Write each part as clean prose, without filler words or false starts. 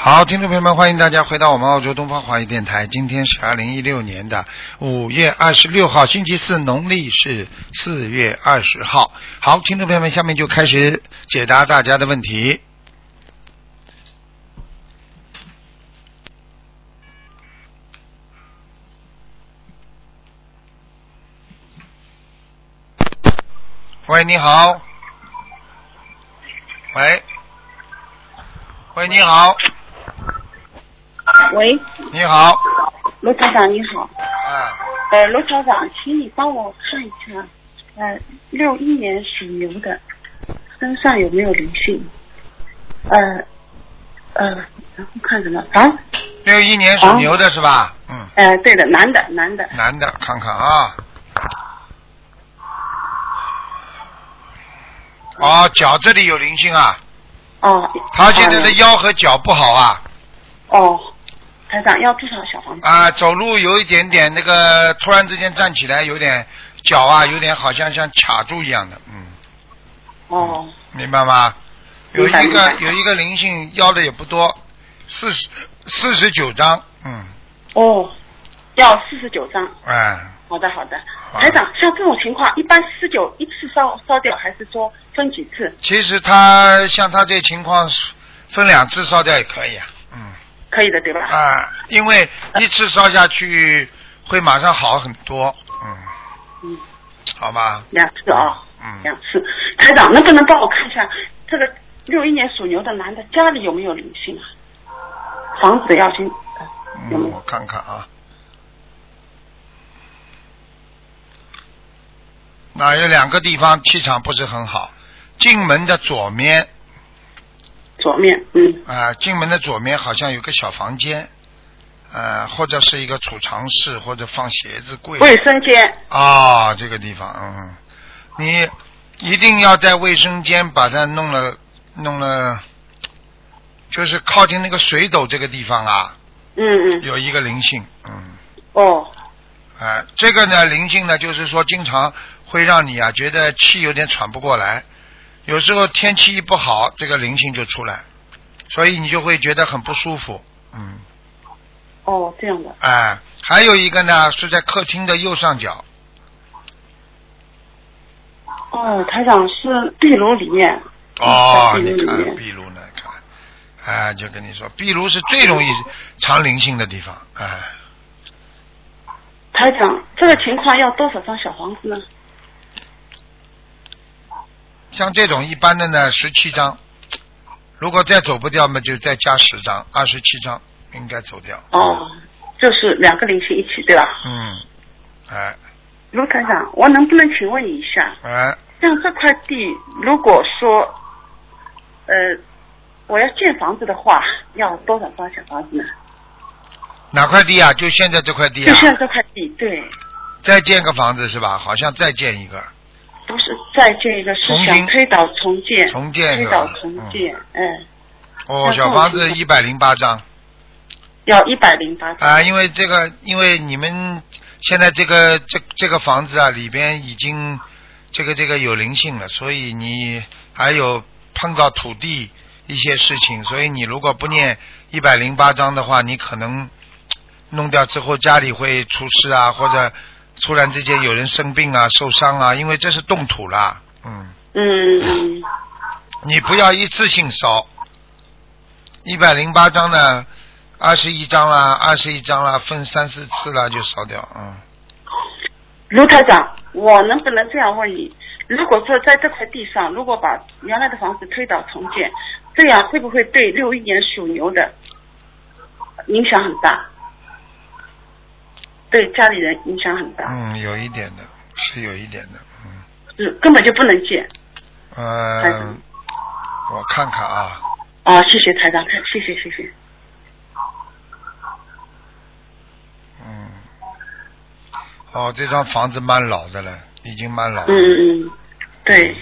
好，听众朋友们，欢迎大家回到我们澳洲东方华语电台。今天是2016年的5月26号，星期四，农历是4月20号。好，听众朋友们，下面就开始解答大家的问题。喂，你好。喂，你好。 喂， 你好， 罗台长你好。罗台长，请你帮我看一下，61年属牛的身上有没有灵性？然后看什么啊 ？61年属牛的是吧？ 对的，男的。 男的，看看啊。哦，脚这里有灵性啊。 哦。 他现在的腰和脚不好啊。 哦。台长要多少小房子？ 走路有一点点那个，突然之间站起来有点脚啊，有点好像卡住一样的， 哦。 明白吗？有一个灵性，要的也不多，49张， 哦，要49张。好的。台长，像这种情况，一般49一次烧掉，还是说分几次？ 其实像他这情况，分2次烧掉也可以啊。 可以的，对吧？ 因为一次烧下去会马上好很多。好吧。 2次啊。2次。台长，能不能帮我看一下这个61年属牛的男的家里有没有灵性啊？房子要先有没有？ 我看看啊。那有2个地方气场不是很好，进门的左面。进门的左面好像有个小房间，或者是一个储藏室，或者放鞋子柜。 卫生间。 这个地方，你一定要在卫生间把它弄了，就是靠近那个水斗这个地方啊。有一个灵性。这个呢，灵性呢，就是说经常会让你觉得气有点喘不过来。有时候天气一不好，这个灵性就出来，所以你就会觉得很不舒服。 这样的。 还有一个呢，是在客厅的右上角。 台长是壁炉里面。 你看壁炉呢，看，就跟你说，壁炉是最容易藏灵性的地方。 台长，这个情况要多少张小房子呢？ 像这种一般的呢，17张，如果再走不掉嘛，就再加10张，27张应该走掉。 就是2个灵性一起，对吧？卢台长，我能不能请问你一下？像这块地，如果说我要建房子的话，要多少张小房子呢？ 哪块地啊？就现在这块地啊？ 就现在这块地，对。 再建个房子是吧？好像再建一个。 不是再建一个，是想推倒重建。推倒重建， 小房子108张。 要108张。 因为你们现在这个房子里边已经这个有灵性了，所以你还有碰到土地一些事情，所以你如果不念108张的话，你可能弄掉之后家里会出事啊，或者突然之间有人生病啊、受伤啊，因为这是动土啦。你不要一次性烧，108张呢，21张啦，分3、4次啦就烧掉。 卢台长，我能不能这样问你？如果说在这块地上，如果把原来的房子推倒重建，这样会不会对61年属牛的影响很大？对家里人影响很大。 有一点的，是有一点的。 是根本就不能建。 我看看啊。 谢谢台长，谢谢。 这幢房子蛮老的了，已经蛮老了。 对。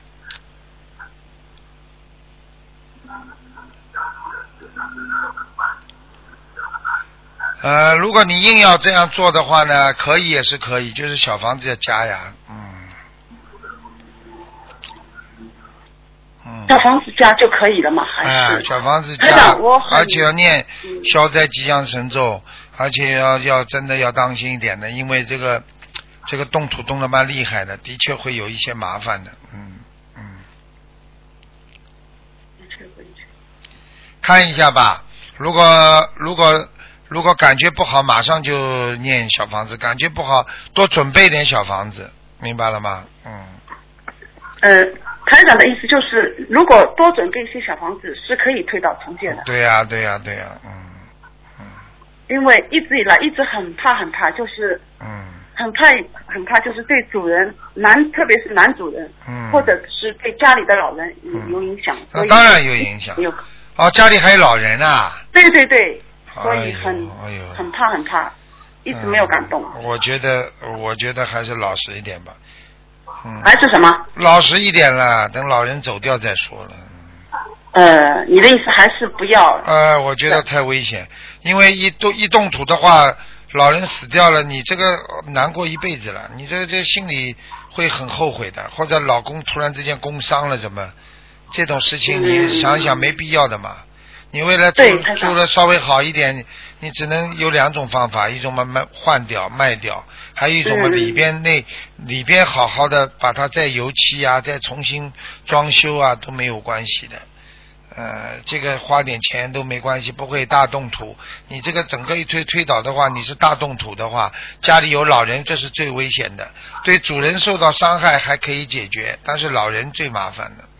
如果你硬要这样做的话呢，可以也是可以，就是小房子要加呀。 小房子加就可以了吗？还是？ 小房子台加长我，很而且要念消灾吉祥神咒，而且要真的要当心一点的，因为这个动土动得蛮厉害的，的确会有一些麻烦的。看一下吧，如果感觉不好，马上就念小房子；感觉不好，多准备点小房子，明白了吗？ 台长的意思就是，如果多准备一些小房子，是可以推倒重建的。 对呀。 因为一直以来一直很怕，就是很怕，就是对主人特别是男主人，或者是对家里的老人有影响。 那当然有影响。家里还有老人啊。 对，所以很怕，一直没有敢动。 我觉得还是老实一点吧。 还是什么？ 老实一点了，等老人走掉再说了。 你的意思还是不要？ 我觉得太危险，因为一动土的话，老人死掉了，你这个难过一辈子了，你这心里会很后悔的。或者老公突然之间工伤了，怎么这种事情你想想没必要的嘛。你为了住的稍微好一点，你只能有两种方法，一种换掉卖掉，还有一种里边好好的把它再油漆啊，再重新装修啊，都没有关系的。这个花点钱都没关系，不会大动土。你这个整个一推倒的话，你是大动土的话，家里有老人，这是最危险的。对主人受到伤害还可以解决，但是老人最麻烦的。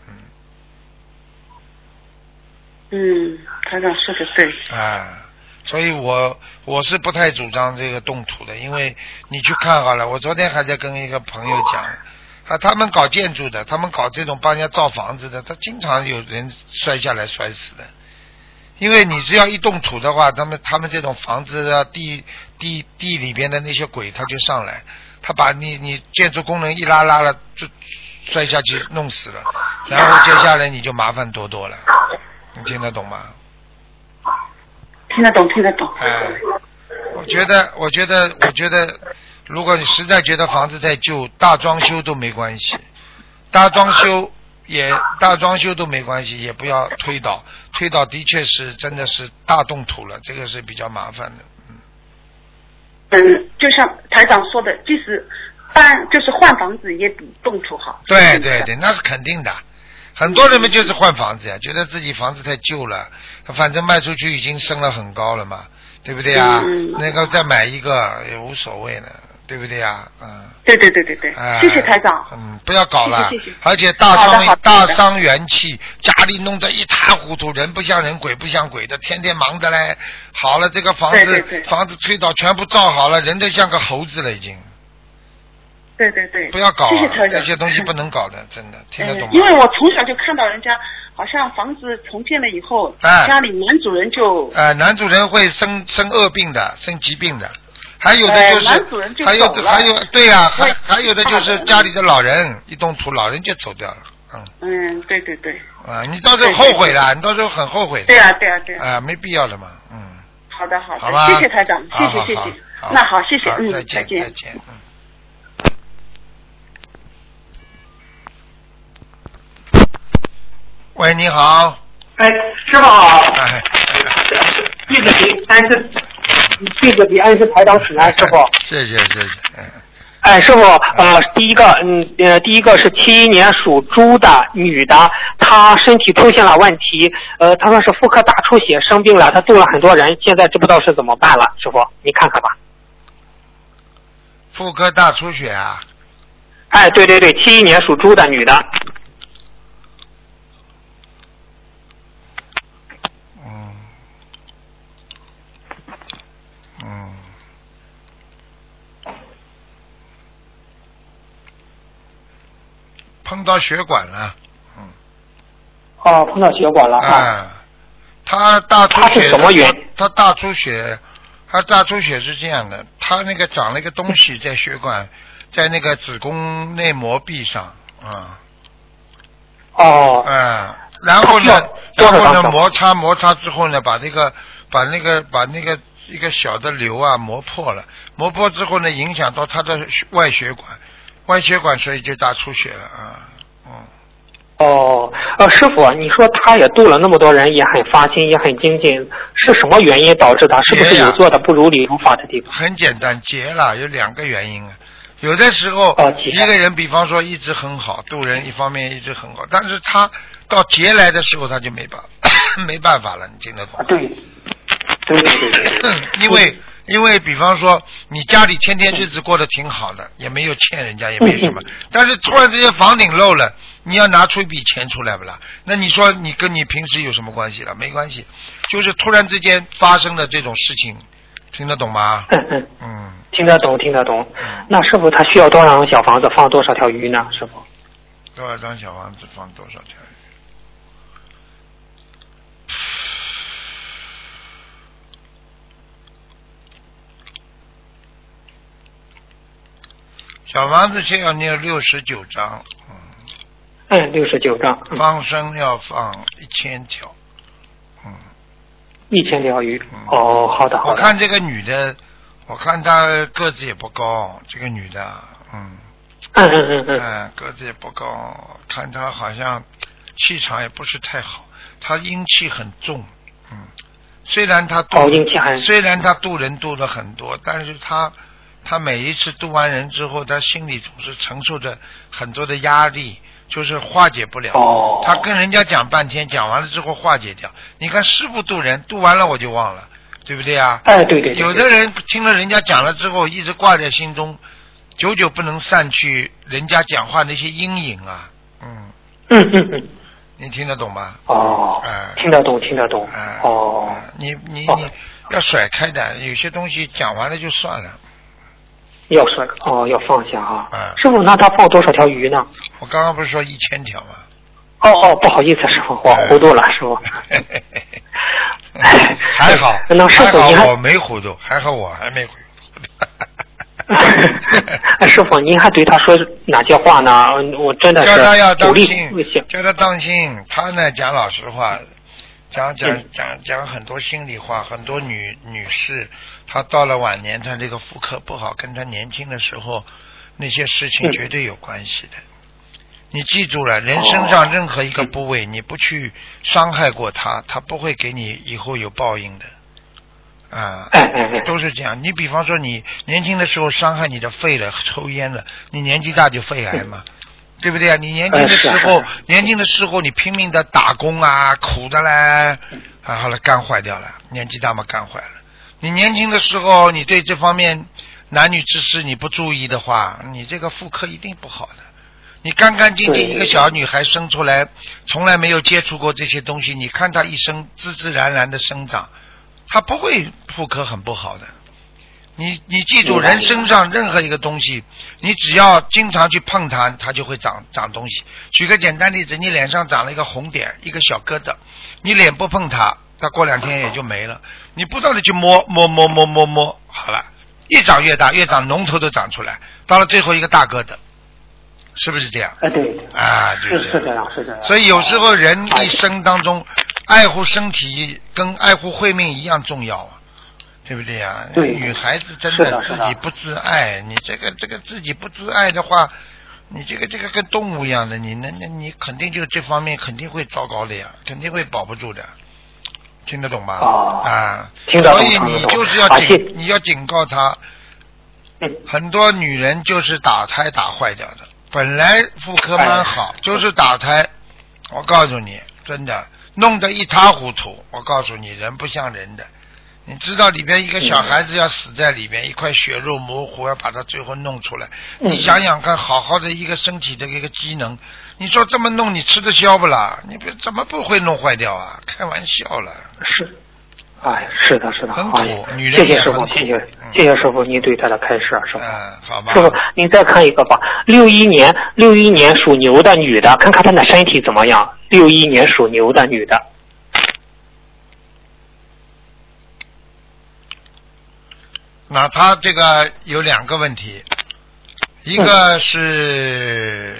台长说的对。 所以我是不太主张这个动土的，因为你去看好了，我昨天还在跟一个朋友讲。他们搞建筑的，他们搞这种帮人家造房子的，他经常有人摔下来摔死的。因为你只要一动土的话，他们这种房子的地里边的那些鬼他就上来，他把你建筑工人一拉了就摔下去弄死了，然后接下来你就麻烦多了。你听得懂吗？ 听得懂。 我觉得如果你实在觉得房子太旧，大装修都没关系，大装修都没关系，也不要推倒的确是真的是大动土了，这个是比较麻烦的。 就像台长说的，即使就是换房子也比动土好。 对，那是肯定的。很多人们就是换房子呀，觉得自己房子太旧了，反正卖出去已经升了很高了嘛，对不对呀？那个再买一个也无所谓了，对不对呀？ 对，谢谢台长。 不要搞了， 谢谢。 而且大伤元气，家里弄得一塌糊涂，人不像人，鬼不像鬼的，天天忙的嘞。好了，这个房子推倒全部造好了，人都像个猴子了已经。 对， 不要搞， 谢谢台长。 这些东西不能搞的，真的，听得懂吗？ 因为我从小就看到人家好像房子重建了以后，家里男主人就男主人会生恶病的，生疾病的，还有的就是男主人就还有对呀，还有的就是家里的老人一动土，老人就走掉了。 对。 你到时候后悔了，你到时候很后悔的。 对啊。 没必要的嘛。 好的， 好吧， 谢谢台长，谢谢。那好，谢谢， 再见。喂，你好。 师傅好。弟子比安师台长请安，师傅。 谢谢。 师傅，第一个是71年属猪的女的，她身体出现了问题，她说是妇科大出血，生病了，她度了很多人，现在知不知道是怎么办了？师傅，你看看吧。 妇科大出血啊？ 对，71年属猪的女的。 碰到血管了。 碰到血管了。 他大出血。 他是什么原因？ 他大出血是这样的，他那个长了一个东西在血管，在那个子宫内膜壁上。然后呢摩擦之后呢，把那个一个小的瘤啊磨破了，磨破之后呢，影响到他的外血管，所以就大出血了。 哦，师傅，你说他也度了那么多人，也很发心，也很精进，是什么原因导致他？是不是有做的不如理如法的地方？ 很简单，劫了，有2个原因啊。有的时候，一个人比方说一直很好，度人一方面一直很好，但是他到劫来的时候他就没办法了，你听得懂？ 对。 因为比方说你家里天天日子过得挺好的，也没有欠人家，也没什么，但是突然之间房顶漏了，你要拿出一笔钱出来不啦？那你说你跟你平时有什么关系了？没关系，就是突然之间发生的这种事情，听得懂吗？ 听得懂。那师傅他需要多少张小房子放多少条鱼呢？师傅多少张小房子放多少条鱼？小房子先要念69张 ，69张。 放生要放1000条 ，1000条鱼。哦，好的。 我看这个女的，我看她个子也不高，这个女的，个子也不高，看她好像气场也不是太好，她阴气很重，虽然她度人度了很多，但是她每一次度完人之后，她心里总是承受着很多的压力，就是化解不了。她跟人家讲半天，讲完了之后化解掉。你看师父度人，度完了我就忘了，对不对啊？ 对。有的人听了人家讲了之后，一直挂在心中，久久不能散去人家讲话那些阴影啊。你听得懂吗？ 听得懂。 你要甩开的，有些东西讲完了就算了。 要放下啊！师傅，那他放多少条鱼呢？ 我刚刚不是说1000条吗？ 不好意思，师傅，我糊涂了，师傅。 还好， 那师傅您我没糊涂，还好我还没糊涂。 师傅，您还对他说哪些话呢？我真的是叫他要当心，叫他当心。他呢讲老实话，讲很多心里话，很多女士，她到了晚年，她这个妇科不好，跟她年轻的时候那些事情绝对有关系的。你记住了，人身上任何一个部位，你不去伤害过他，他不会给你以后有报应的。都是这样。你比方说，你年轻的时候伤害你的肺了，抽烟了，你年纪大就肺癌嘛。对不对啊？你年轻的时候，你拼命的打工啊，苦的嘞，后来肝坏掉了，年纪大嘛肝坏了。你年轻的时候，你对这方面男女之事你不注意的话，你这个妇科一定不好的。你干干净净一个小女孩生出来，从来没有接触过这些东西，你看她一生自自然然的生长，她不会妇科很不好的。你记住，人身上任何一个东西，你只要经常去碰它，它就会长东西。举个简单例子，你脸上长了一个红点，一个小疙瘩，你脸不碰它，它过2天也就没了。你不断的去摸，好了，越长越大，越长脓头都长出来，到了最后一个大疙瘩，是不是这样？ 对， 就是这样。 所以有时候人一生当中，爱护身体跟爱护慧命一样重要啊。对不对呀？女孩子真的自己不自爱，你这个自己不自爱的话，你这个跟动物一样的，你肯定就这方面肯定会糟糕的呀，肯定会保不住的，听得懂吗？ 听得懂。 所以你就是你要警告他，很多女人就是打胎打坏掉的，本来妇科蛮好，就是打胎，我告诉你，真的弄得一塌糊涂，我告诉你，人不像人的。你知道里边一个小孩子要死在里边，一块血肉模糊，要把它最后弄出来。你想想看，好好的一个身体的一个机能，你说这么弄，你吃得消不啦？你怎么不会弄坏掉啊？开玩笑了。 是的。 很苦，女人也很苦。 谢谢师傅，您对他的开示，师傅。 好吧。 师傅，您再看一个吧。61年属牛的女的，看看她的身体怎么样？61年属牛的女的。 那他这个有2个问题，一个是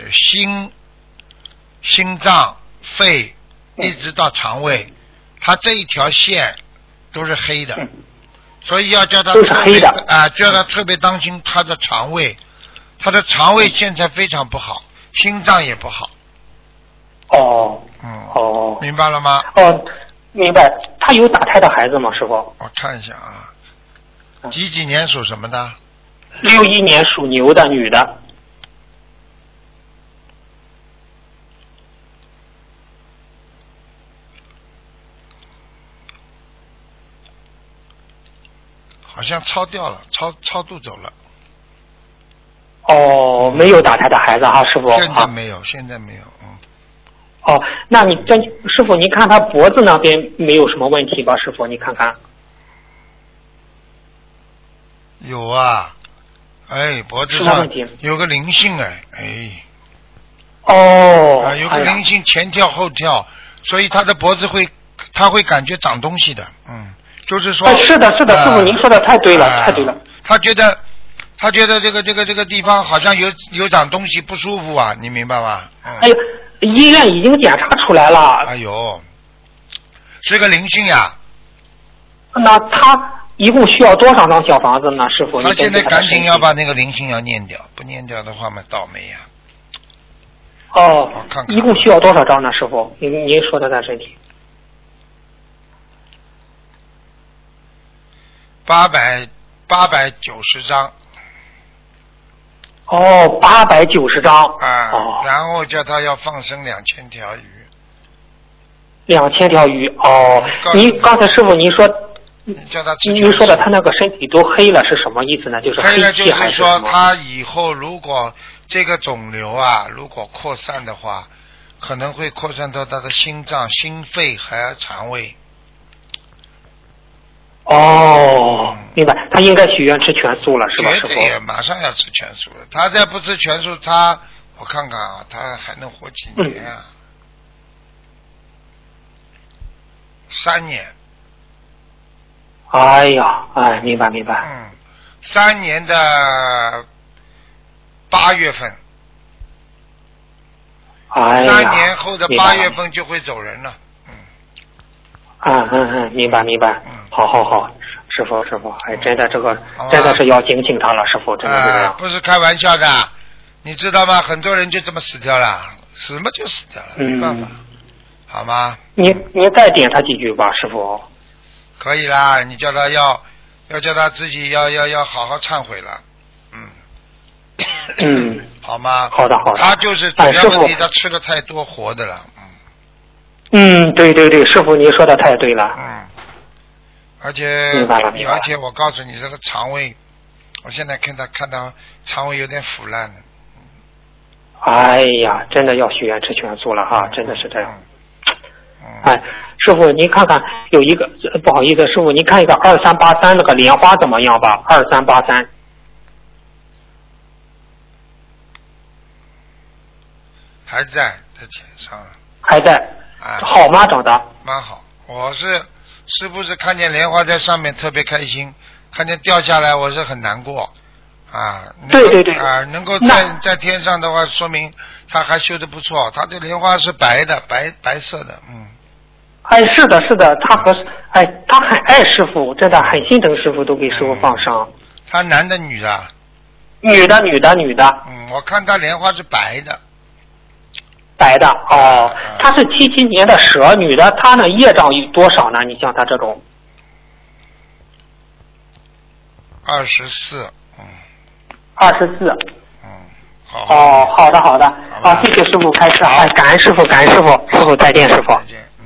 心脏、肺一直到肠胃，他这一条线都是黑的，所以要叫他叫他特别当心他的肠胃，他的肠胃现在非常不好，心脏也不好， 哦。 嗯。 哦。 明白了吗？ 哦，明白。他有打胎的孩子吗，师傅？ 我看一下啊，几年属什么的 ？61年属牛的女的。 好像超掉了，超度走了。 哦，没有打胎的孩子哈，师傅。 现在没有，现在没有， 哦，那你这师傅，你看他脖子那边没有什么问题吧？师傅，你看看。 有啊，哎，脖子上有个灵性哎。 哦。 有个灵性前跳后跳，所以他的脖子他会感觉长东西的，就是说。 是的，师傅，您说的太对了，太对了。 他觉得这个地方好像有长东西不舒服啊，你明白吗？ 哎呀，医院已经检查出来了。 哎呦，是个灵性呀。 那他一共需要多少张小房子呢，师傅？ 他现在赶紧要把那个灵性要念掉，不念掉的话嘛，倒霉呀。 哦，一共需要多少张呢，师傅？您说的在身体。 890张。 哦，890张。 然后叫他要放生2000条鱼。 2000条鱼哦。您刚才师傅您说。 叫他您说的他那个身体都黑了是什么意思呢？就是黑了气还是说他以后如果这个肿瘤啊如果扩散的话，可能会扩散到他的心脏、心肺还有肠胃。 哦，明白。他应该许愿吃全素了，是吧？ 绝对马上要吃全素了。他再不吃全素，我看看啊，他还能活几年啊？3年。 哎呀，明白。 3年的8月份。3年后的8月份就会走人了。 明白。好，师傅，真的是要警醒他了，师傅，真的是这样。 不是开玩笑的，你知道吗？很多人就这么死掉了，死嘛就死掉了，没办法，好吗？ 您再点他几句吧，师傅。 可以啦，你叫他要叫他自己要好好忏悔了，好吗？ 好的。 他就是主要问题，他吃的太多活的了， 对，师傅您说的太对了， 而且我告诉你，这个肠胃，我现在看到肠胃有点腐烂了。 哎呀，真的要许愿吃全素了哈，真的是这样。师傅您看看有一个不好意思，师傅您看一个2383那个莲花怎么样吧？2383。 还在钱上。 还在。好吗？长得。 蛮好，我是不是看见莲花在上面特别开心，看见掉下来我是很难过对能够在天上的话，说明他还修得不错。他的莲花是白的，白色的， 是的，他很爱师傅，真的很心疼师傅，都给师傅放生。 他男的女的？ 女的。 我看他莲花是白的。 白的她是77年的蛇女的，她的业障有多少呢？你像她这种 24。 24。 好。 好的。谢谢师傅开示，感恩师傅，师傅再见，师傅。 再见。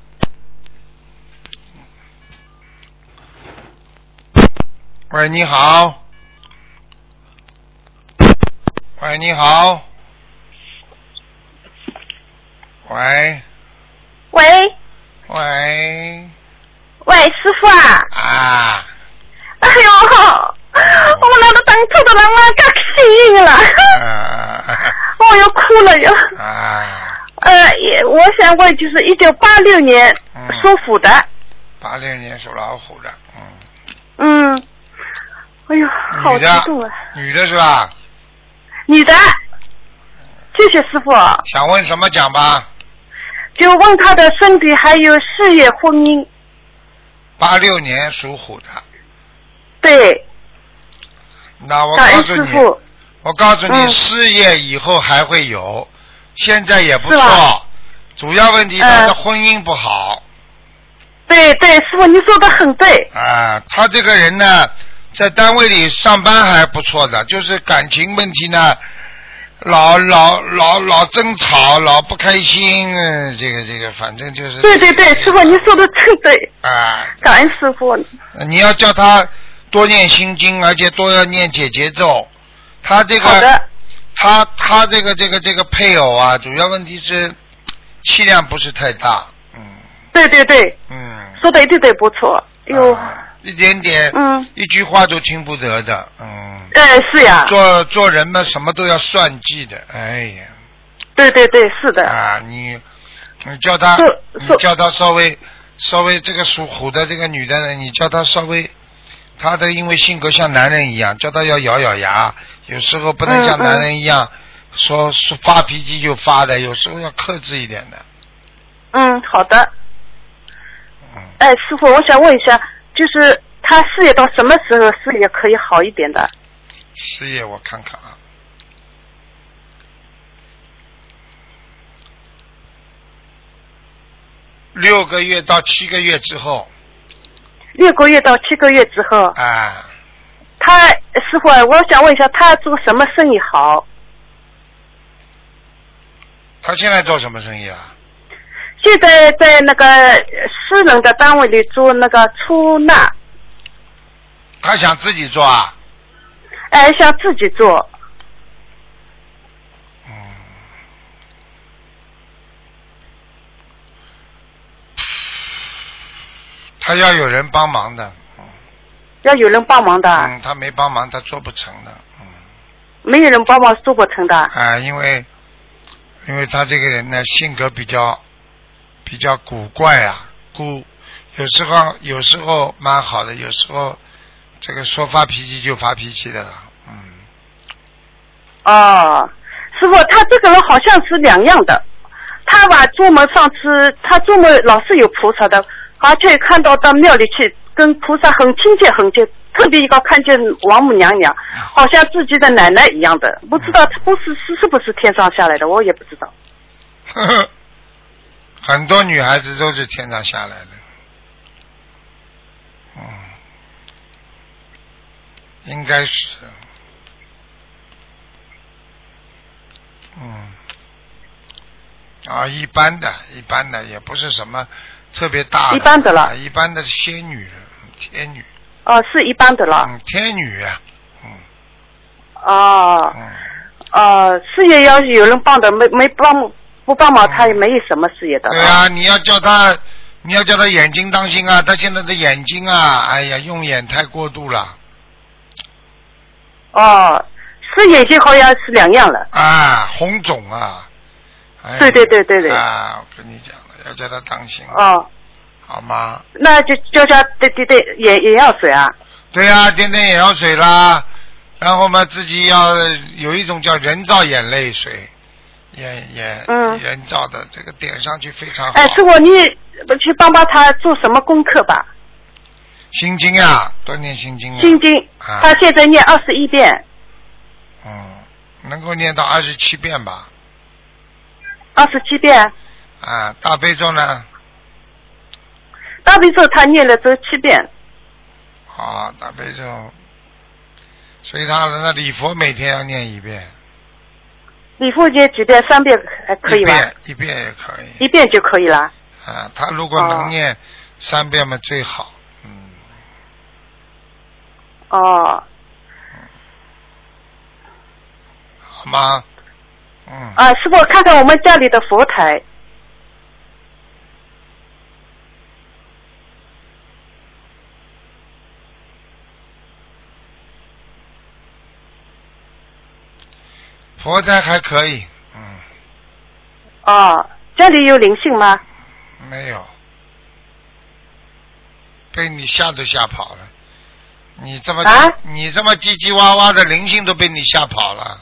喂，你好。 喂，师傅啊！哎呦，我那个当初的人啊，可幸运了，我又哭了又。我想问，就是1986年属虎的。 86年属老虎的， 哎呦，好激动啊！ 女的是吧？ 女的，谢谢师傅。 想问什么讲吧？ 就问他的身体还有事业婚姻。 86年属虎的。 对。 那我告诉你，事业以后还会有，现在也不错， 主要问题他的婚姻不好。 对对，师傅你说的很对。 啊，他这个人呢，在单位里上班还不错的，就是感情问题呢，老争吵，老不开心，这个反正就是。 对对对，师傅你说的真对。 啊。 感恩师傅。 你要叫他多念心经，而且多要念解结咒。他这个。 好的。 他这个配偶啊，主要问题是气量不是太大。 对对对。说的对，不错。哟。 一点点。一句话都听不得的。 是呀。 做人嘛，什么都要算计的。哎呀。 对对对，是的。 啊，你叫他稍微这个属虎的这个女的呢，你叫她稍微，她的因为性格像男人一样，叫她要咬牙，有时候不能像男人一样说发脾气就发的，有时候要克制一点的。 好的。师傅，我想问一下，就是他事业到什么时候事业可以好一点的？ 事业我看看啊。6个月到7个月之后。 6个月到7个月之后。他师傅，我想问一下，他做什么生意好？ 他现在做什么生意啊？ 现在在那个私人的单位里做那个出纳。 他想自己做啊？ 想自己做。 他要有人帮忙的。 要有人帮忙的。 他没帮忙，他做不成的。 没有人帮忙做不成的。 因为他这个人呢，性格比较古怪啊，有时候蛮好的，有时候这个说发脾气就发脾气的了。 师傅，他这个人好像是两样的。他吧做梦，上次他做梦老是有菩萨的，而且看到庙里去跟菩萨很亲切，特别一个看见王母娘娘，好像自己的奶奶一样的，不知道他是不是天上下来的，我也不知道。 很多女孩子都是天上下来的。应该是。一般的也不是什么特别大的。 一般的了。 一般的仙女，天女。 是一般的了。 天女。 事业要有人帮的，不帮忙他也没有什么事业的。 对啊，你要叫他眼睛当心啊，他现在的眼睛啊，哎呀，用眼太过度了。 是眼睛好像是两样了。 红肿啊。 对。我跟你讲了，要叫他当心。好吗？ 那就叫他对眼药水啊。 对啊，点眼药水啦，然后嘛，自己要有一种叫人造眼泪水，人造的，这个点上去非常好。 师傅，你去帮他做什么功课吧？ 心经啊，多念心经。 心经，他现在念21遍。 能够念到27遍吧。 27遍。 大悲咒呢？ 大悲咒他念了这7遍。 大悲咒，所以他那礼佛每天要念1遍。 礼佛念几遍？3遍还可以吧？ 一遍也可以。 1遍就可以了。 他如果能念3遍嘛最好。好吗？ 师傅，看看我们家里的佛台。 佛台还可以。 家里有灵性吗？ 没有，被你吓都吓跑了。你这么唧唧哇哇的，灵性都被你吓跑了。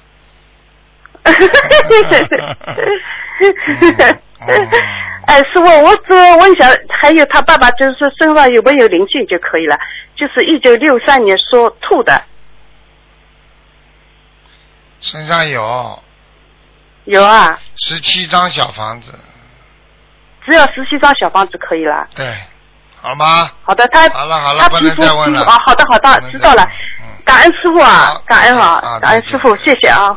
师傅，我只问一下，还有他爸爸就是说身上有没有灵性就可以了，就是1963年说吐的。 身上有。 有啊。 17张小房子。 只要17张小房子可以了。 对，好吗？ 好的，他好了， 他不能再问了。 啊，好的，知道了。感恩师傅啊，感恩啊，感恩师傅，谢谢啊。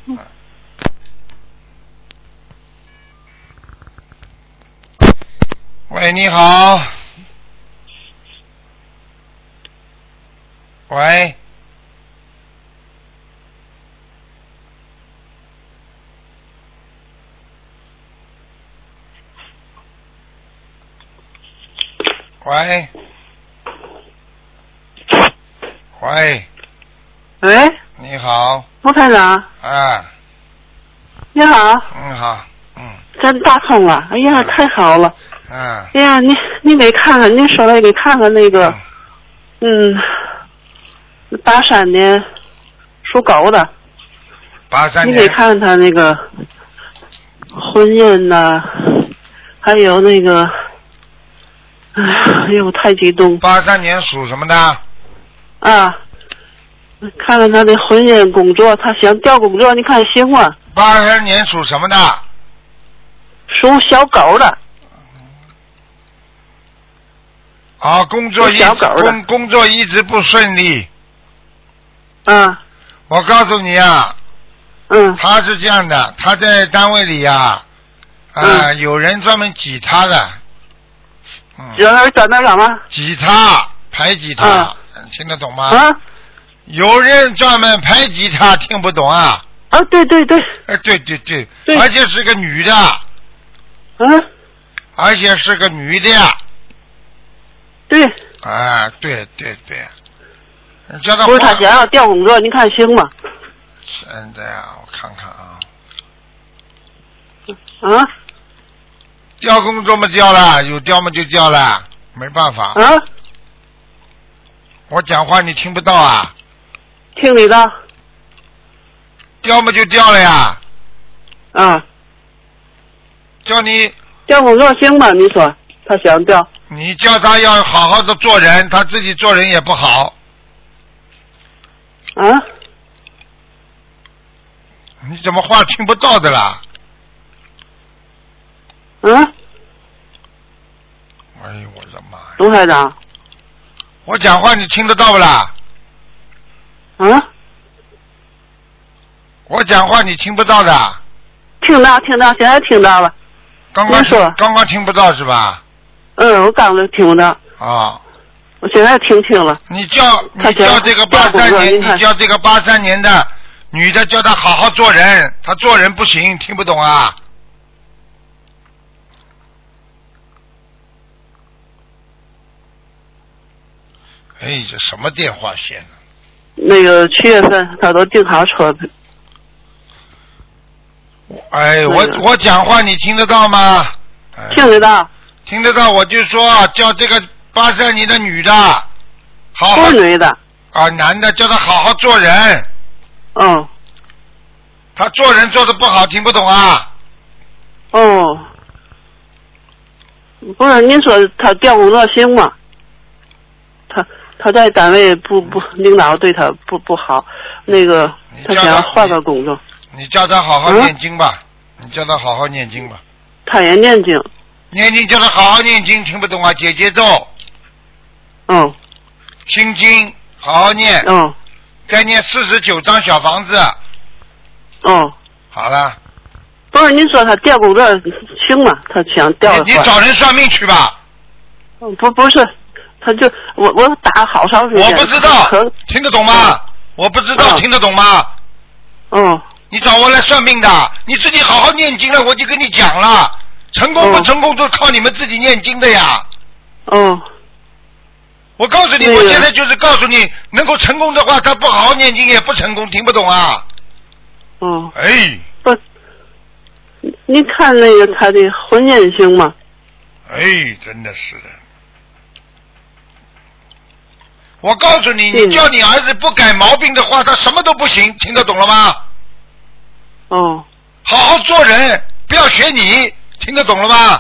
喂，你好。喂。喂。喂。 喂。 你好。 卢台长。 啊。 你好。 好。 真打通了，哎呀，太好了。哎呀，你给看看，您说来给看看那个，83年属狗的。 83年。 你给看看他那个婚姻呐，还有那个，哎呦，太激动。 83年属什么的？ 啊，看看他的婚姻工作，他想调工作，你看行吗 ？83年属什么的？ 属小狗的。 工作一直不顺利。我告诉你啊。他是这样的，他在单位里呀，有人专门挤他的。 有人专门干嘛？ 挤他，排挤他，听得懂吗？有人专门排挤他，听不懂啊？ 对。 对，而且是个女的。而且是个女的呀。 对。 对。叫他不是他想要调工作，你看行吗？ 现在啊，我看看啊。调工作嘛调了，有调嘛就调了，没办法。我讲话你听不到啊？ 听你的。 调嘛就调了呀。叫你调工作行吗？你说他想调。 你叫他要好好的做人，他自己做人也不好。你怎么话听不到的啦？哎呦我的妈呀！ 卢台长， 我讲话你听得到不啦？我讲话你听不到的。 听到，现在听到了。 刚刚听不到是吧？ 我刚才听不到。我现在听清了。 你叫这个83年的女的，叫她好好做人，她做人不行，听不懂啊？这什么电话线呢？ 那个7月份他都订好车。 我讲话你听得到吗？ 听得到。 听得到，我就说叫这个83年的女的，好好。 是女的。 男的叫她好好做人。他做人做的不好，听不懂啊？ 不是，您说他调工作行吗？他在单位不领导对他不好，那个他想换个工作。 你叫他好好念经吧， 他也念经。 念经叫他好好念经，听不懂啊？解节奏。心经好好念。再念49张小房子。好了。 不是，您说他调工作行吗？他想调。 你找人算命去吧。 不是。他就我打好长时间。 我不知道，听得懂吗？我不知道，听得懂吗？你找我来算命的，你自己好好念经了，我就跟你讲了，成功不成功都靠你们自己念经的呀。我告诉你，我现在就是告诉你，能够成功的话，他不好好念经也不成功，听不懂啊？ 不，你看那个他的婚姻行吗？ 真的是的。我告诉你，你叫你儿子不改毛病的话，他什么都不行，听得懂了吗？好好做人，不要学你，听得懂了吗？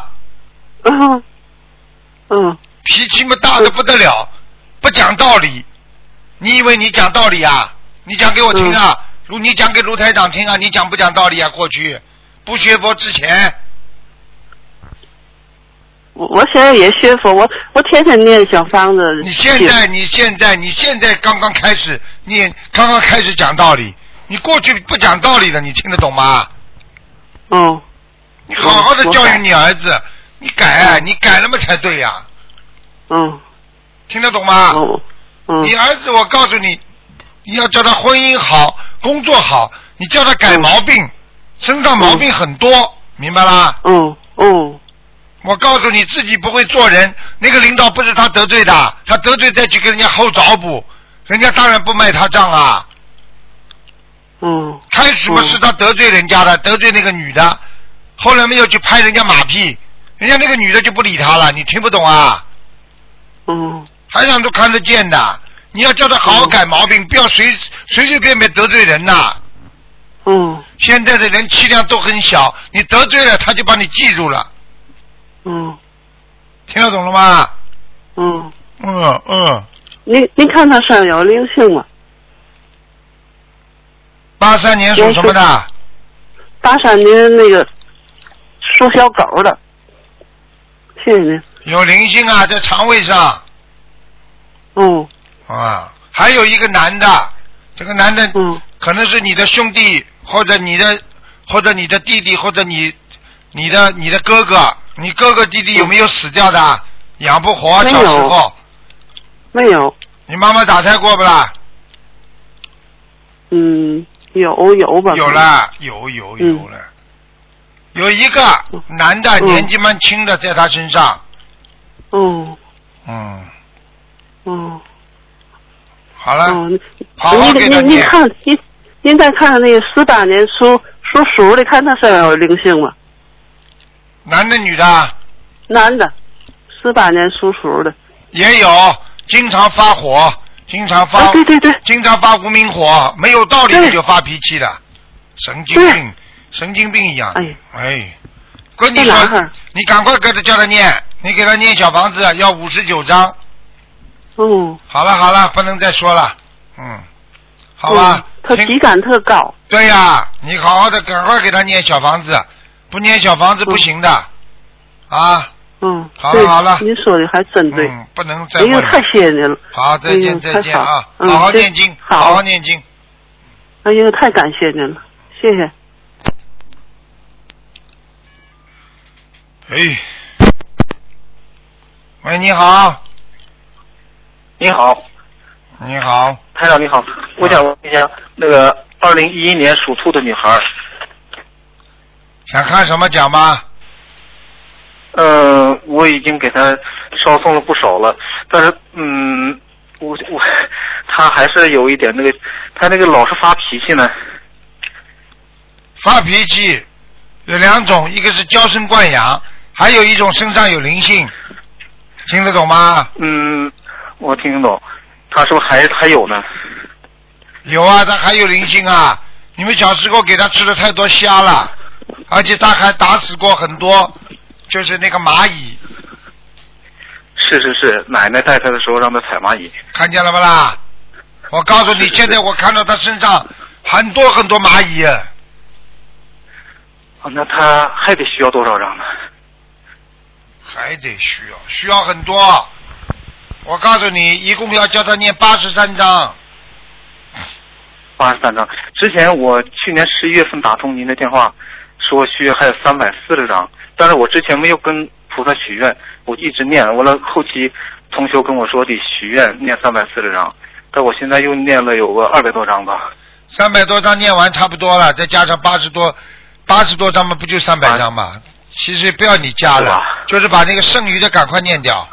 脾气嘛大的不得了，不讲道理。你以为你讲道理啊？你讲给我听啊？你讲给卢台长听啊？你讲不讲道理啊？过去不学佛之前， 我现在也学佛，我天天念小房子。 你现在刚刚开始念，刚刚开始讲道理，你过去不讲道理的，你听得懂吗？ 哦。 你好好的教育你儿子，你改，你改了嘛才对呀。 嗯。 听得懂吗？ 嗯。 你儿子，我告诉你，你要叫他婚姻好，工作好，你叫他改毛病，身上毛病很多，明白啦？我告诉你，自己不会做人，那个领导不是他得罪的，他得罪再去跟人家后找补，人家当然不卖他账啊。开始嘛是他得罪人家的，得罪那个女的，后来没有去拍人家马屁，人家那个女的就不理他了，你听不懂啊？台上都看得见的，你要叫他好好改毛病，不要随便得罪人呐。现在的人气量都很小，你得罪了他就把你记住了。听得懂了吗？ 您看他身上有灵性吗 ？83年属什么的 ？83年那个属小狗的。谢谢您。 有灵性啊，在肠胃上。还有一个男的，这个男的可能是你的兄弟，或者你的弟弟，或者你的哥哥。你哥哥弟弟有没有死掉的？养不活，小时候。 没有。 你妈妈打胎过不啦？ 有吧。 有了，有了。有一个男的，年纪蛮轻的，在他身上。好了。好好给他念。 您再看看那个18年属鼠的，看他身上有灵性吗？ 男的女的？ 男的，18年属鼠的。 也有，经常发火，经常发。 对。 经常发无名火，没有道理的就发脾气的，神经病一样。跟你说，你赶快跟着叫他念，你给他念小房子要59章。好了，不能再说了。好吧。 他体感特高。 对呀，你好好的，赶快给他念小房子。不念小房子不行的，啊！好了， 您说的还真对， 不能再问了。 太谢谢您了。 好，再见啊！好好念经，好好念经。 哎呦，太感谢您了，谢谢。 喂，你好。 你好。 你好。 台长你好，我想问一下，那个2011年属兔的女孩。 想看什么讲吗？ 我已经给他烧送了不少了，但是他还是有一点那个，他那个老是发脾气呢。 发脾气有2种，一个是娇生惯养，还有一种身上有灵性，听得懂吗？ 我听得懂。他是不是还有呢？ 有啊，他还有灵性啊！你们小时候给他吃的太多虾了。而且他还打死过很多，就是那个蚂蚁。 是，奶奶带他的时候让他踩蚂蚁。 看见了不啦？我告诉你，现在我看到他身上很多蚂蚁。 那他还得需要多少张呢？ 还得需要很多。我告诉你，一共要叫他念83章。 83章。之前我去年11月份打通您的电话。说需要还有340张，但是我之前没有跟菩萨许愿，我一直念，完了后期同修跟我说得许愿念340张，但我现在又念了有个200多张吧。 300多张念完差不多了，再加上80多张嘛，不就300张嘛？其实不要你加了，就是把那个剩余的赶快念掉。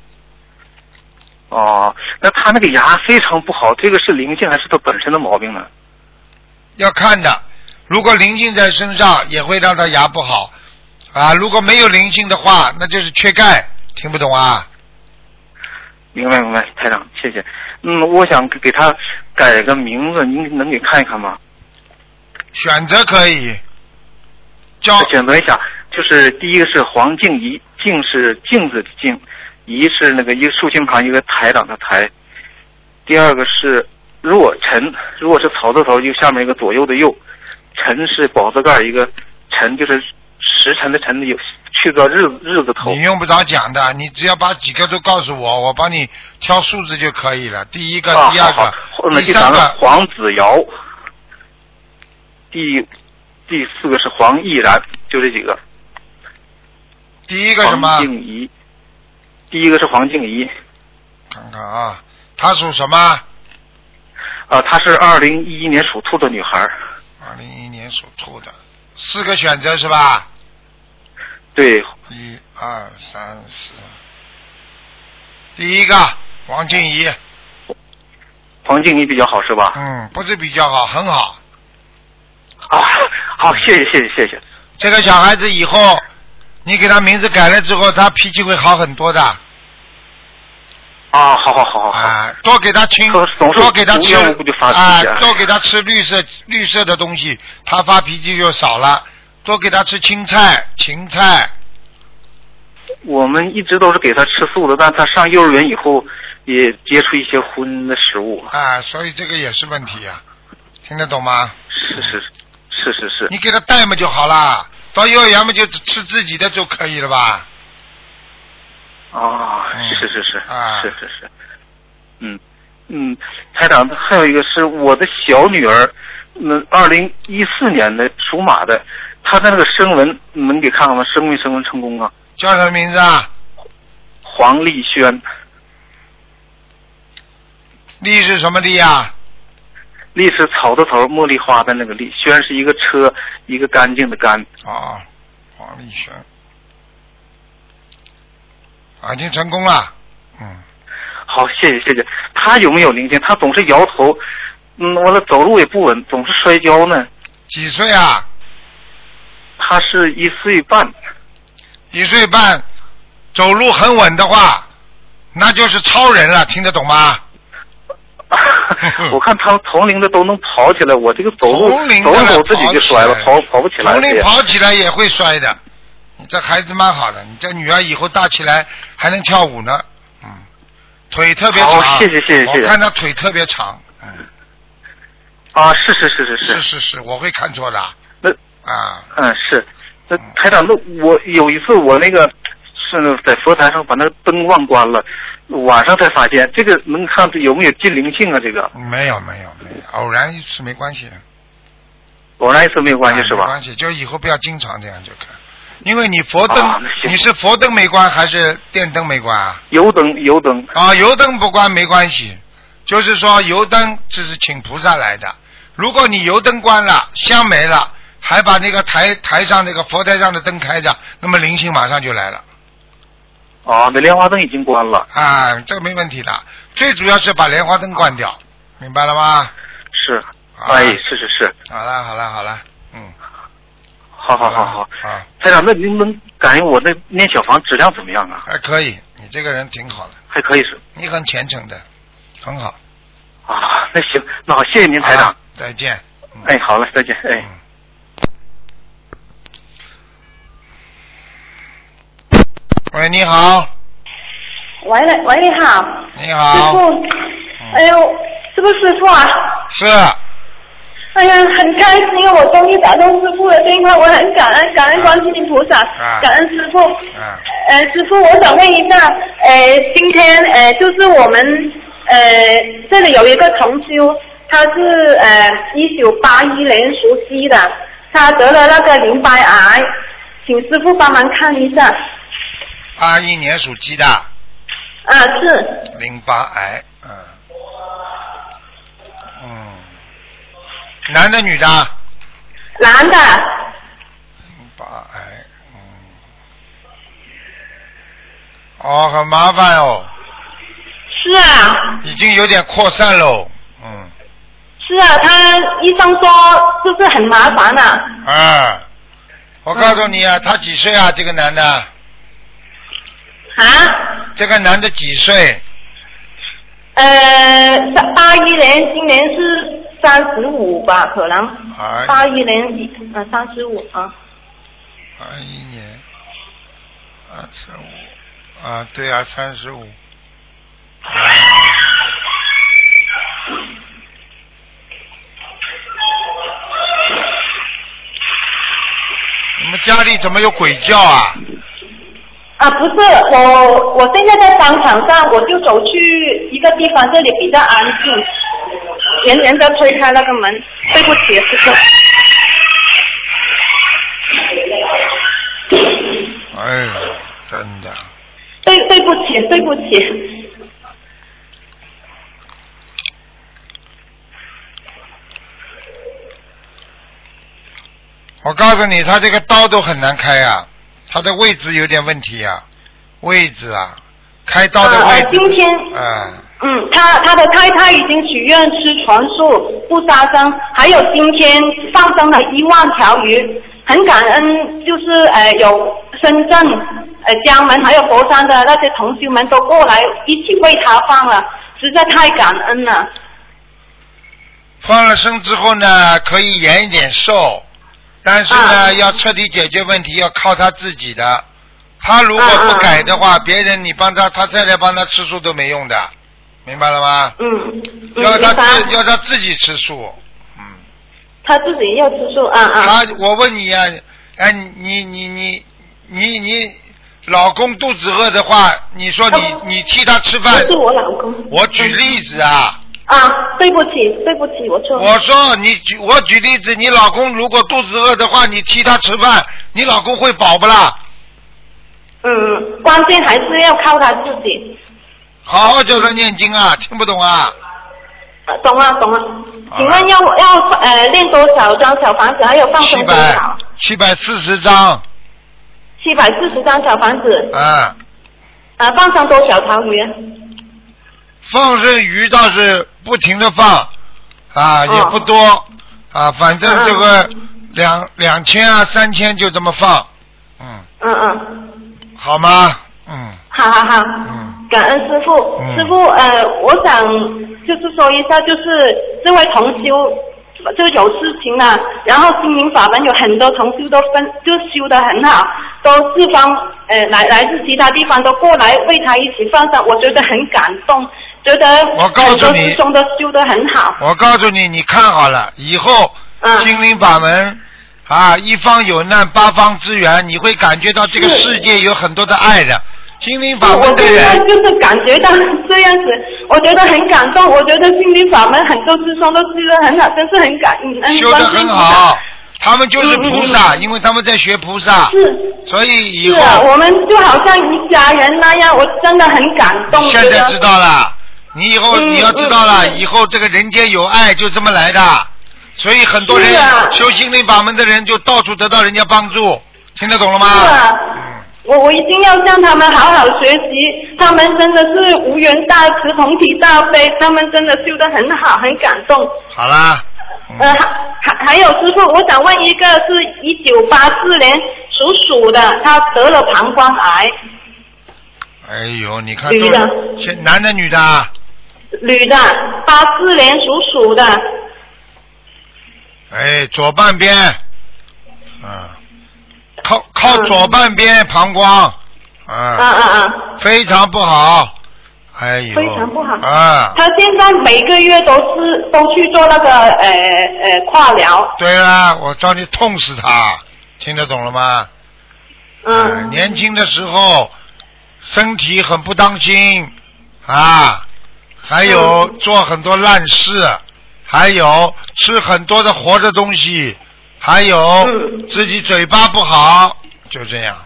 那他那个牙非常不好，这个是灵性还是他本身的毛病呢？ 要看的。如果灵性在身上，也会让他牙不好啊。如果没有灵性的话，那就是缺钙。听不懂啊？ 明白，台长，谢谢。我想给他改个名字，您能给看一看吗？ 选择可以。 选择一下，就是第一个是黄静怡，静是镜子的静，怡是那个一个竖心旁一个台长的台。第二个是若晨，若是草字头，就下面一个左右的右。辰是宝字盖一个辰，就是时辰的辰，有去个日字头。 你用不着讲的，你只要把几个都告诉我，我帮你挑数字就可以了。第一个、第二个、第三个黄子瑶，第四个是黄毅然，就这几个。 第一个什么？ 黄静怡。第一个是黄静怡。 看看啊，她属什么？ 她是2011年属兔的女孩。 2011年属兔的，4个选择是吧？ 对。 1、2、3、4。第一个王静怡。 黄静怡比较好是吧？ 不是比较好，很好。 好，谢谢。 这个小孩子以后，你给他名字改了之后，他脾气会好很多的。 好。 多给他亲，多给他吃多给他吃绿色的东西，他发脾气就少了。多给他吃芹菜。 我们一直都是给他吃素的，但他上幼儿园以后也接触一些荤的食物。 所以这个也是问题啊，听得懂吗？ 是。 你给他带嘛就好了，到幼儿园嘛就吃自己的就可以了吧？ 是。台长，还有一个是我的小女儿，2014年的属马的，她的那个声纹能给看看吗？声纹成功啊？ 叫什么名字啊？ 黄丽轩。 丽是什么丽啊？ 丽是草的头，茉莉花的那个丽，轩是一个车，一个干净的干。 黄丽轩。已经成功了。 好，谢谢。他有没有灵性？他总是摇头，完了走路也不稳，总是摔跤呢。 几岁啊？ 他是1岁半。 1岁半，走路很稳的话，那就是超人了，听得懂吗？ 我看他们同龄的都能跑起来，我这个走路自己就摔了，跑不起来。 同龄跑起来也会摔的。你这孩子蛮好的，你这女儿以后大起来还能跳舞呢。腿特别长。 谢谢。 我看她腿特别长。是，我会看错的。 是。那台长，那我有一次我那个是在佛台上把那个灯忘关了，晚上才发现，这个能看有没有进灵性啊？这个没有，偶然一次没关系。 偶然一次没有关系是吧？ 没关系，就以后不要经常这样就可以。因为你佛灯，你是佛灯没关还是电灯没关啊？ 油灯。 油灯不关没关系，就是说油灯这是请菩萨来的。如果你油灯关了，香没了，还把那个台上那个佛台上的灯开着，那么灵性马上就来了。 那莲花灯已经关了。 这个没问题的，最主要是把莲花灯关掉，明白了吗？ 是。是。 好了。 好。台长，那您能感应我那念小房质量怎么样啊？ 还可以，你这个人挺好的。 还可以是。 你很虔诚的，很好。 那行，那好，谢谢您台长。 再见。 好了，再见。 喂，你好。 喂，你好。 你好。 师傅，哎呦，是不是师傅啊？ 是。 哎呀，很开心，我终于打通师傅的电话，我很感恩观世音菩萨，感恩师傅。师傅，我想问一下，今天就是我们这里有一个同修，他是1981年属鸡的，他得了那个淋巴癌，请师傅帮忙看一下。 81年属鸡的。 是。 淋巴癌，男的女的？ 男的。 淋巴癌，很麻烦哦。 是啊。 已经有点扩散喽。 是啊，他医生说就是很麻烦啊。 我告诉你啊，他几岁啊？这个男的。这个男的几岁 ？81年，今年是35吧，可能。81年35啊。 81年35对啊，35。你们家里怎么有鬼叫啊？ 不是，我现在在商场上，我就走去一个地方，这里比较安静，人家推开那个门，对不起，师傅。 哎，真的。 对不起，对不起。 我告诉你，他这个刀都很难开啊，他的位置有点问题啊，位置啊，开刀的位置。 今天，他的太太已经许愿吃全素不杀生，还有今天放生了1万条鱼，很感恩，就是有深圳、江门还有佛山的那些同修们都过来一起为他放了，实在太感恩了。 放了生之后呢，可以延一点寿。但是呢，要彻底解决问题，要靠他自己的。他如果不改的话，别人你帮他，他再来帮他吃素都没用的，明白了吗？要他自己吃素。 他自己要吃素我问你呀，你老公肚子饿的话，你说你替他吃饭？ 是我老公。 我举例子啊。 对不起，我错了。 我说我举例子，你老公如果肚子饿的话，你替他吃饭，你老公会饱不啦？ 关键还是要靠他自己。 好好叫他念经啊，听不懂啊？ 懂了。请问要练多少张小房子，还有放生多少 ？740张。 740张小房子。放生多少条鱼？ 放生鱼倒是不停的放，也不多，反正这个2000啊3000就这么放，好吗？ 好，感恩师傅。师傅，我想就是说一下，就是这位同修就有事情了，然后心灵法门有很多同修都就修得很好，都四方来自其他地方都过来为他一起放生，我觉得很感动。觉得我告诉你， 师兄都修得很好。 我告诉你，你看好了，以后心灵法门一方有难八方支援，你会感觉到这个世界有很多的爱的。心灵法门的人， 我现在就是感觉到这样子，我觉得很感动。我觉得心灵法门很多师兄都修得很好，真是很感恩。 修得很好，他们就是菩萨，因为他们在学菩萨。所以以后我们就好像一家人那样，我真的很感动。 现在知道了。你以后你要知道了，以后这个人间有爱就这么来的，所以很多人修心灵法门的人就到处得到人家帮助，听得懂了吗？ 我一定要向他们好好学习，他们真的是无缘大慈，同体大悲，他们真的修得很好，很感动。 好啦。 还有师傅，我想问一个，是1984年属的，他得了膀胱癌。 哎呦，你看女的，男的女的？ 女的，84年属的。 左半边，靠左半边膀胱，非常不好， 非常不好。他现在每个月都去做那个化疗。 对啦，我叫你痛死他，听得懂了吗？年轻的时候身体很不当心还有做很多烂事，还有吃很多的活的东西，还有自己嘴巴不好，就这样。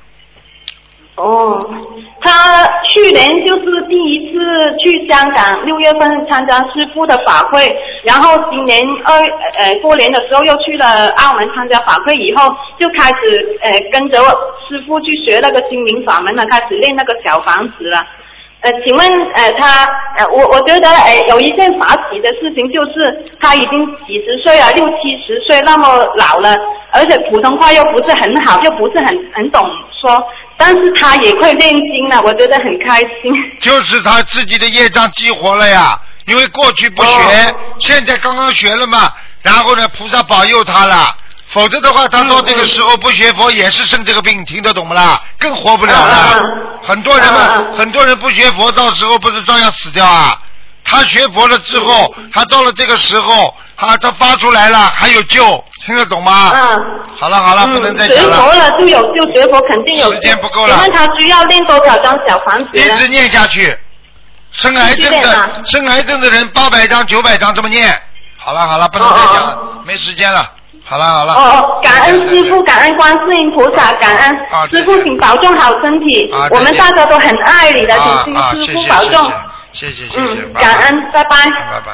他去年就是第一次去香港，6月份参加师父的法会，然后今年过年的时候又去了澳门参加法会，以后就开始跟着师父去学那个心灵法门了，开始练那个小房子了。请问我觉得有一件法喜的事情，就是他已经几十岁了，60、70岁那么老了，而且普通话又不是很好，又不是很懂说，但是他也会练经了，我觉得很开心。 就是他自己的业障激活了呀，因为过去不学，现在刚刚学了嘛，然后呢菩萨保佑他了，否则的话他到这个时候不学佛也是生这个病，听得懂不啦？更活不了了。很多人不学佛，到时候不是照样死掉啊？他学佛了之后，他到了这个时候好，他发出来了，还有救，听得懂吗？好了，不能再讲了。 学佛了就有救，学佛肯定有救。 时间不够了。 请问他需要练多少张小房子呢？ 一直念下去。生癌症的人800张900张这么念。好了，不能再讲了，没时间了。好了。 感恩师父，感恩观世音菩萨，感恩师父，请保重好身体。我们大家都很爱你的，请师父保重。 谢谢。 感恩，拜拜。 拜拜。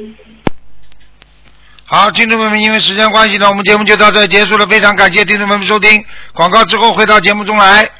好，听众朋友们，因为时间关系呢，我们节目就到这结束了。非常感谢听众朋友们收听，广告之后回到节目中来。